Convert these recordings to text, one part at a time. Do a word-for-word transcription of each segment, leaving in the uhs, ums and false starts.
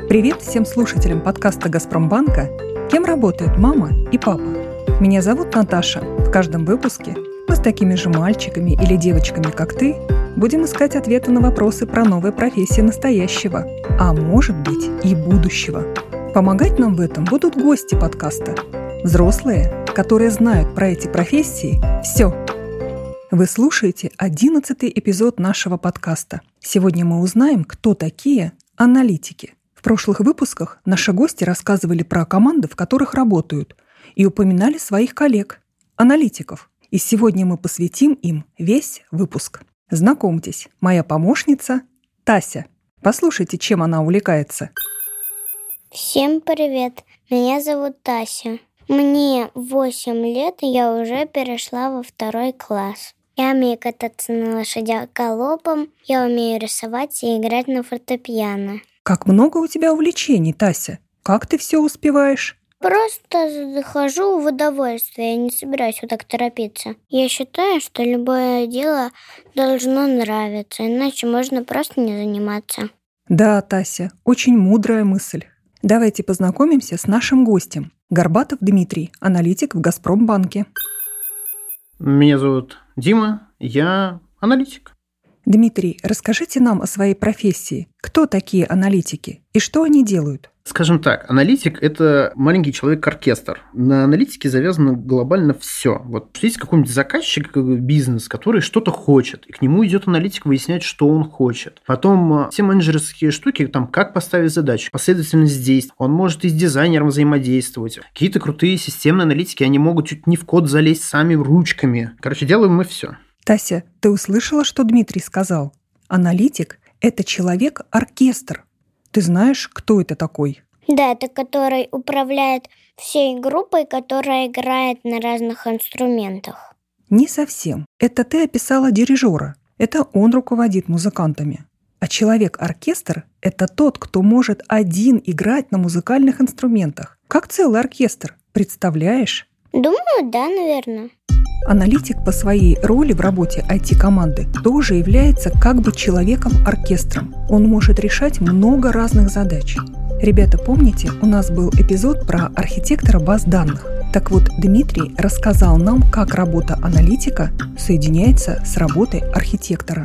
Привет всем слушателям подкаста «Газпромбанка», кем работают мама и папа. Меня зовут Наташа. В каждом выпуске мы с такими же мальчиками или девочками, как ты, будем искать ответы на вопросы про новые профессии настоящего, а может быть и будущего. Помогать нам в этом будут гости подкаста. Взрослые, которые знают про эти профессии все. Вы слушаете одиннадцатый эпизод нашего подкаста. Сегодня мы узнаем, кто такие аналитики. В прошлых выпусках наши гости рассказывали про команды, в которых работают, и упоминали своих коллег, аналитиков. И сегодня мы посвятим им весь выпуск. Знакомьтесь, моя помощница Тася. Послушайте, чем она увлекается. Всем привет, меня зовут Тася. Мне восемь лет, и я уже перешла во второй класс. Я умею кататься на лошадях галопом, я умею рисовать и играть на фортепиано. Как много у тебя увлечений, Тася? Как ты все успеваешь? Просто захожу в удовольствие, я не собираюсь вот так торопиться. Я считаю, что любое дело должно нравиться, иначе можно просто не заниматься. Да, Тася, очень мудрая мысль. Давайте познакомимся с нашим гостем. Горбатов Дмитрий, аналитик в «Газпромбанке». Меня зовут Дима, я аналитик. Дмитрий, расскажите нам о своей профессии. Кто такие аналитики и что они делают? Скажем так, аналитик – это маленький человек-оркестр. На аналитике завязано глобально все. Вот есть какой-нибудь заказчик, бизнес, который что-то хочет, и к нему идет аналитик выяснять, что он хочет. Потом все менеджерские штуки, там, как поставить задачу, последовательность действий. Он может и с дизайнером взаимодействовать. Какие-то крутые системные аналитики, они могут чуть не в код залезть сами ручками. Короче, делаем мы все. Тася, ты услышала, что Дмитрий сказал? Аналитик – это человек-оркестр. Ты знаешь, кто это такой? Да, это который управляет всей группой, которая играет на разных инструментах. Не совсем. Это ты описала дирижера. Это он руководит музыкантами. А человек-оркестр – это тот, кто может один играть на музыкальных инструментах. Как целый оркестр. Представляешь? Думаю, да, наверное. Аналитик по своей роли в работе ай ти-команды тоже является как бы человеком-оркестром. Он может решать много разных задач. Ребята, помните, у нас был эпизод про архитектора баз данных? Так вот, Дмитрий рассказал нам, как работа аналитика соединяется с работой архитектора.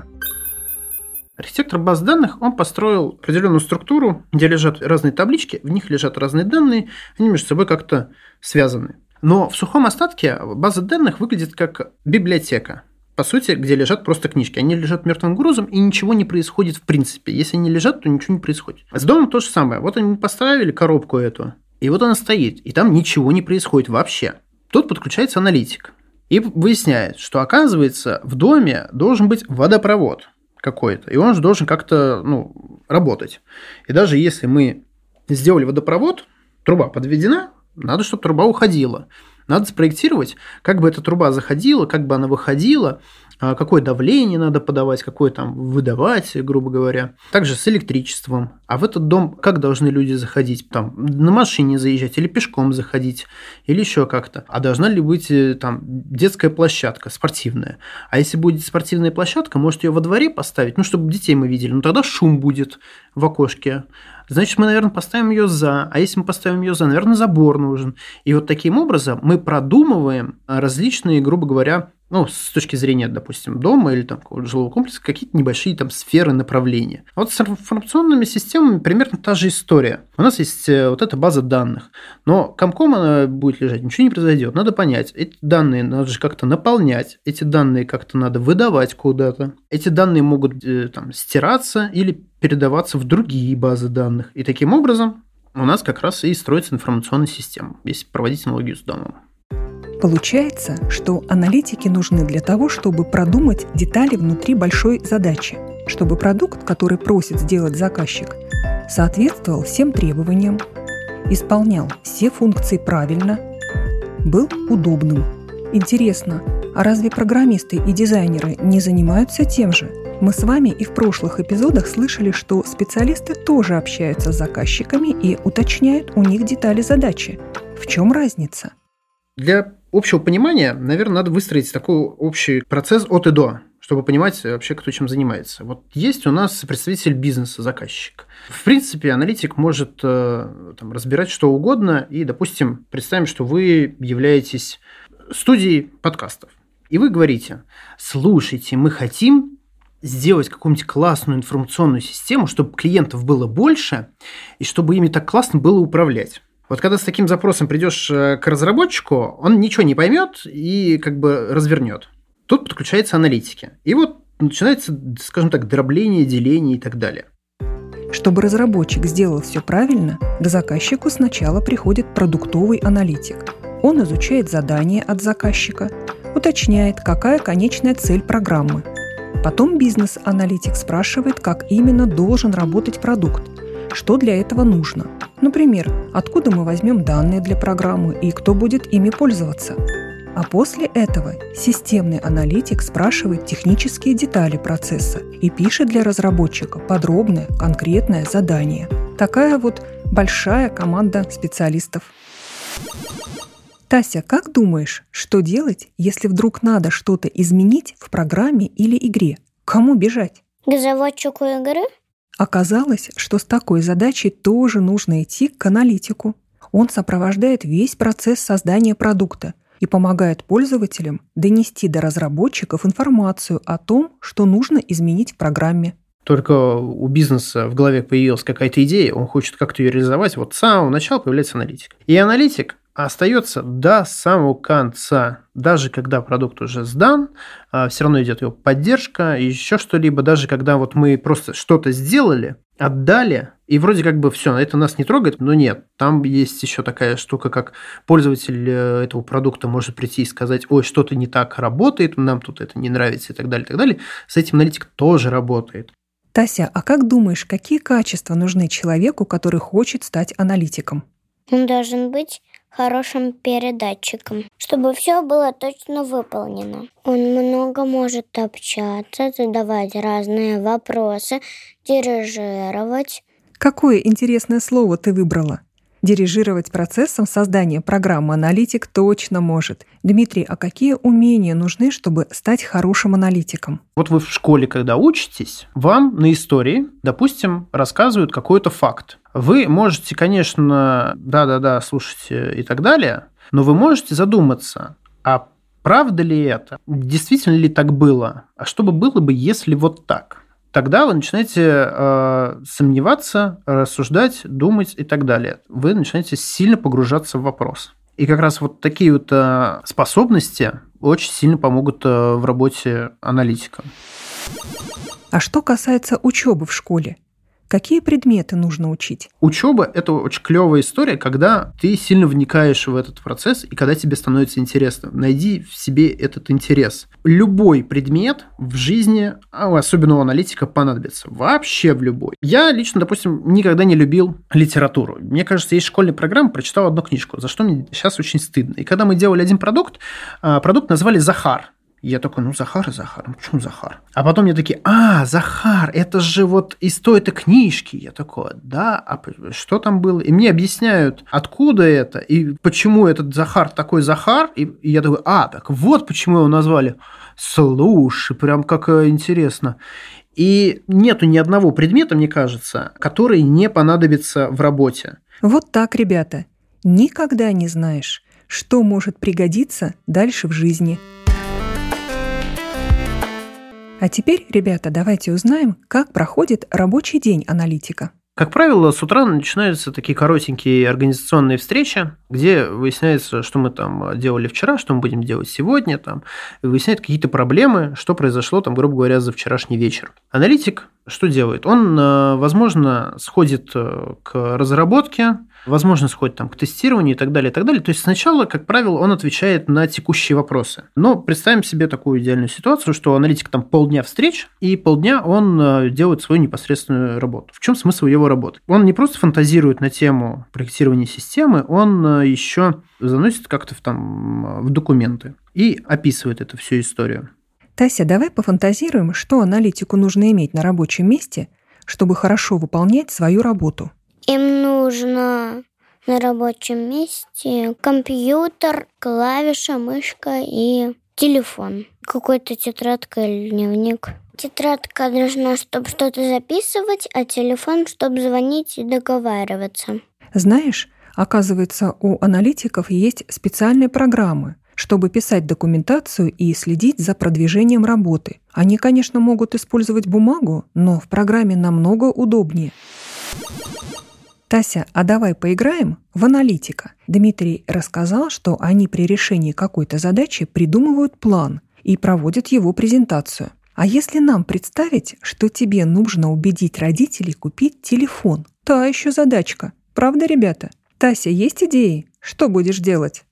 Архитектор баз данных, он построил определенную структуру, где лежат разные таблички, в них лежат разные данные, они между собой как-то связаны. Но в сухом остатке база данных выглядит как библиотека, по сути, где лежат просто книжки. Они лежат мертвым грузом, и ничего не происходит в принципе. Если они лежат, то ничего не происходит. С домом то же самое. Вот они поставили коробку эту, и вот она стоит, и там ничего не происходит вообще. Тут подключается аналитик и выясняет, что, оказывается, в доме должен быть водопровод какой-то, и он же должен как-то ну, работать. И даже если мы сделали водопровод, труба подведена, надо, чтобы труба уходила. Надо спроектировать, как бы эта труба заходила, как бы она выходила, какое давление надо подавать, какое там выдавать, грубо говоря. Также с электричеством. А в этот дом как должны люди заходить? Там, на машине заезжать или пешком заходить, или еще как-то. А должна ли быть там детская площадка спортивная? А если будет спортивная площадка, может ее во дворе поставить, ну, чтобы детей мы видели. Ну, тогда шум будет в окошке. Значит, мы, наверное, поставим ее за. А если мы поставим ее за, наверное, забор нужен. И вот таким образом мы продумываем различные, грубо говоря, ну, с точки зрения, допустим, дома или там жилого комплекса, какие-то небольшие там сферы направления. А вот с информационными системами примерно та же история. У нас есть вот эта база данных, но комком она будет лежать, ничего не произойдет. Надо понять, эти данные надо же как-то наполнять, эти данные как-то надо выдавать куда-то. Эти данные могут там стираться или передаваться в другие базы данных. И таким образом у нас как раз и строится информационная система, если проводить аналогию с домом. Получается, что аналитики нужны для того, чтобы продумать детали внутри большой задачи, чтобы продукт, который просит сделать заказчик, соответствовал всем требованиям, исполнял все функции правильно, был удобным. Интересно, а разве программисты и дизайнеры не занимаются тем же? Мы с вами и в прошлых эпизодах слышали, что специалисты тоже общаются с заказчиками и уточняют у них детали задачи. В чем разница? Для общего понимания, наверное, надо выстроить такой общий процесс от и до. чтобы понимать вообще, кто чем занимается. Вот есть у нас представитель бизнеса, заказчик. В принципе, аналитик может там разбирать что угодно, и, допустим, представим, что вы являетесь студией подкастов, и вы говорите: слушайте, мы хотим сделать какую-нибудь классную информационную систему, чтобы клиентов было больше, и чтобы ими так классно было управлять. Вот когда с таким запросом придешь к разработчику, он ничего не поймет и как бы развернет. Тут подключаются аналитики. И вот начинается, скажем так, дробление, деление и так далее. Чтобы разработчик сделал все правильно, к заказчику сначала приходит продуктовый аналитик. Он изучает задание от заказчика, уточняет, какая конечная цель программы. Потом бизнес-аналитик спрашивает, как именно должен работать продукт, что для этого нужно. Например, откуда мы возьмем данные для программы и кто будет ими пользоваться. А после этого системный аналитик спрашивает технические детали процесса и пишет для разработчика подробное, конкретное задание. Такая вот большая команда специалистов. Тася, как думаешь, что делать, если вдруг надо что-то изменить в программе или игре? Кому бежать? К заводчику игры? Оказалось, что с такой задачей тоже нужно идти к аналитику. Он сопровождает весь процесс создания продукта и помогает пользователям донести до разработчиков информацию о том, что нужно изменить в программе. Только у бизнеса в голове появилась какая-то идея, он хочет как-то ее реализовать, вот с самого начала появляется аналитик. И аналитик остается до самого конца. Даже когда продукт уже сдан, все равно идет его поддержка, еще что-либо. Даже когда вот мы просто что-то сделали, отдали, и вроде как бы все, это нас не трогает, но нет. Там есть еще такая штука, как пользователь этого продукта может прийти и сказать: ой, что-то не так работает, нам тут это не нравится и так далее, и так далее. С этим аналитик тоже работает. Тася, а как думаешь, какие качества нужны человеку, который хочет стать аналитиком? Он должен быть хорошим передатчиком, чтобы все было точно выполнено. Он много может общаться, задавать разные вопросы, дирижировать. Какое интересное слово ты выбрала? Дирижировать процессом создания программы аналитик точно может. Дмитрий, а какие умения нужны, чтобы стать хорошим аналитиком? Вот вы в школе, когда учитесь, вам на истории, допустим, рассказывают какой-то факт. Вы можете, конечно, да-да-да, слушать и так далее, но вы можете задуматься, а правда ли это? Действительно ли так было? А что бы было бы, если вот так? Тогда вы начинаете э, сомневаться, рассуждать, думать и так далее. Вы начинаете сильно погружаться в вопрос. И как раз вот такие вот э, способности очень сильно помогут э, в работе аналитика. А что касается учебы в школе? Какие предметы нужно учить? Учеба – это очень клевая история, когда ты сильно вникаешь в этот процесс и когда тебе становится интересно. Найди в себе этот интерес. Любой предмет в жизни, особенно у аналитика, понадобится. Вообще в любой. Я лично, допустим, никогда не любил литературу. Мне кажется, есть школьная программа, прочитал одну книжку, за что мне сейчас очень стыдно. И когда мы делали один продукт, продукт назвали «Захар». Я такой, ну, Захар и Захар. Ну, почему Захар? А потом мне такие, а, Захар, это же вот из той-то книжки. Я такой, да, а что там было? И мне объясняют, откуда это, и почему этот Захар такой Захар. И, и я такой, а, так вот почему его назвали. Слушай, прям как интересно. И нету ни одного предмета, мне кажется, который не понадобится в работе. Вот так, ребята. Никогда не знаешь, что может пригодиться дальше в жизни. А теперь, ребята, давайте узнаем, как проходит рабочий день аналитика. Как правило, с утра начинаются такие коротенькие организационные встречи, где выясняется, что мы там делали вчера, что мы будем делать сегодня, там, и выясняют какие-то проблемы, что произошло, там, грубо говоря, за вчерашний вечер. Аналитик что делает? Он, возможно, сходит к разработке, возможно, сходит там к тестированию и так далее, и так далее. То есть сначала, как правило, он отвечает на текущие вопросы. Но представим себе такую идеальную ситуацию, что у аналитика там полдня встреч, и полдня он делает свою непосредственную работу. В чем смысл его работы? Он не просто фантазирует на тему проектирования системы, он еще заносит как-то в, там, в документы и описывает эту всю историю. Тася, давай пофантазируем, что аналитику нужно иметь на рабочем месте, чтобы хорошо выполнять свою работу. Им нужно на рабочем месте компьютер, клавиша, мышка и телефон. Какой-то тетрадка или дневник. Тетрадка нужна, чтобы что-то записывать, а телефон, чтобы звонить и договариваться. Знаешь, оказывается, у аналитиков есть специальные программы, чтобы писать документацию и следить за продвижением работы. Они, конечно, могут использовать бумагу, но в программе намного удобнее. Тася, а давай поиграем в аналитика. Дмитрий рассказал, что они при решении какой-то задачи придумывают план и проводят его презентацию. А если нам представить, что тебе нужно убедить родителей купить телефон? Та еще задачка. Правда, ребята? Тася, есть идеи? Что будешь делать?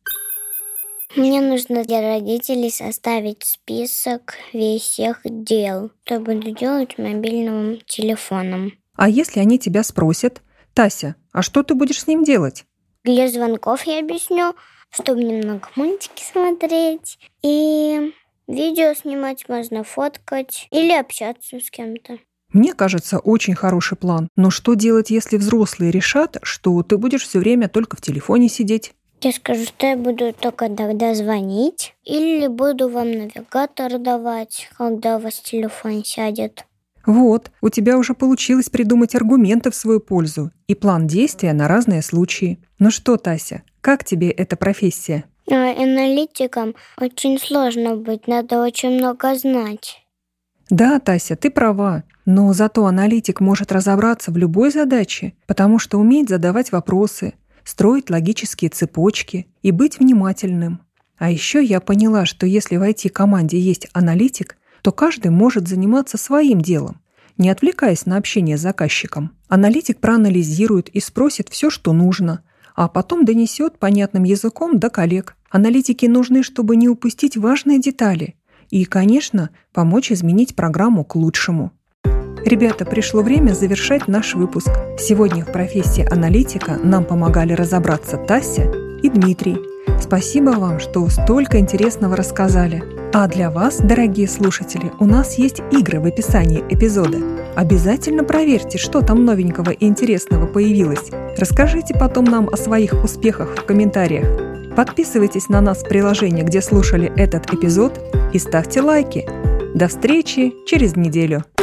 Мне нужно для родителей составить список всех дел, что буду делать мобильным телефоном. А если они тебя спросят: Тася, а что ты будешь с ним делать? Для звонков я объясню, чтобы немного мультики смотреть и видео снимать, можно фоткать или общаться с кем-то. Мне кажется, очень хороший план. Но что делать, если взрослые решат, что ты будешь все время только в телефоне сидеть? Я скажу, что я буду только тогда звонить или буду вам навигатор давать, когда у вас телефон сядет. Вот, у тебя уже получилось придумать аргументы в свою пользу и план действия на разные случаи. Ну что, Тася, как тебе эта профессия? А аналитиком очень сложно быть, надо очень много знать. Да, Тася, ты права, но зато аналитик может разобраться в любой задаче, потому что умеет задавать вопросы, строить логические цепочки и быть внимательным. А еще я поняла, что если в ай ти-команде есть аналитик, то каждый может заниматься своим делом, не отвлекаясь на общение с заказчиком. Аналитик проанализирует и спросит все, что нужно, а потом донесет понятным языком до коллег. Аналитики нужны, чтобы не упустить важные детали и, конечно, помочь изменить программу к лучшему. Ребята, пришло время завершать наш выпуск. Сегодня в профессии аналитика нам помогали разобраться Тася и Дмитрий. Спасибо вам, что столько интересного рассказали. А для вас, дорогие слушатели, у нас есть игры в описании эпизода. Обязательно проверьте, что там новенького и интересного появилось. Расскажите потом нам о своих успехах в комментариях. Подписывайтесь на нас в приложении, где слушали этот эпизод, и ставьте лайки. До встречи через неделю.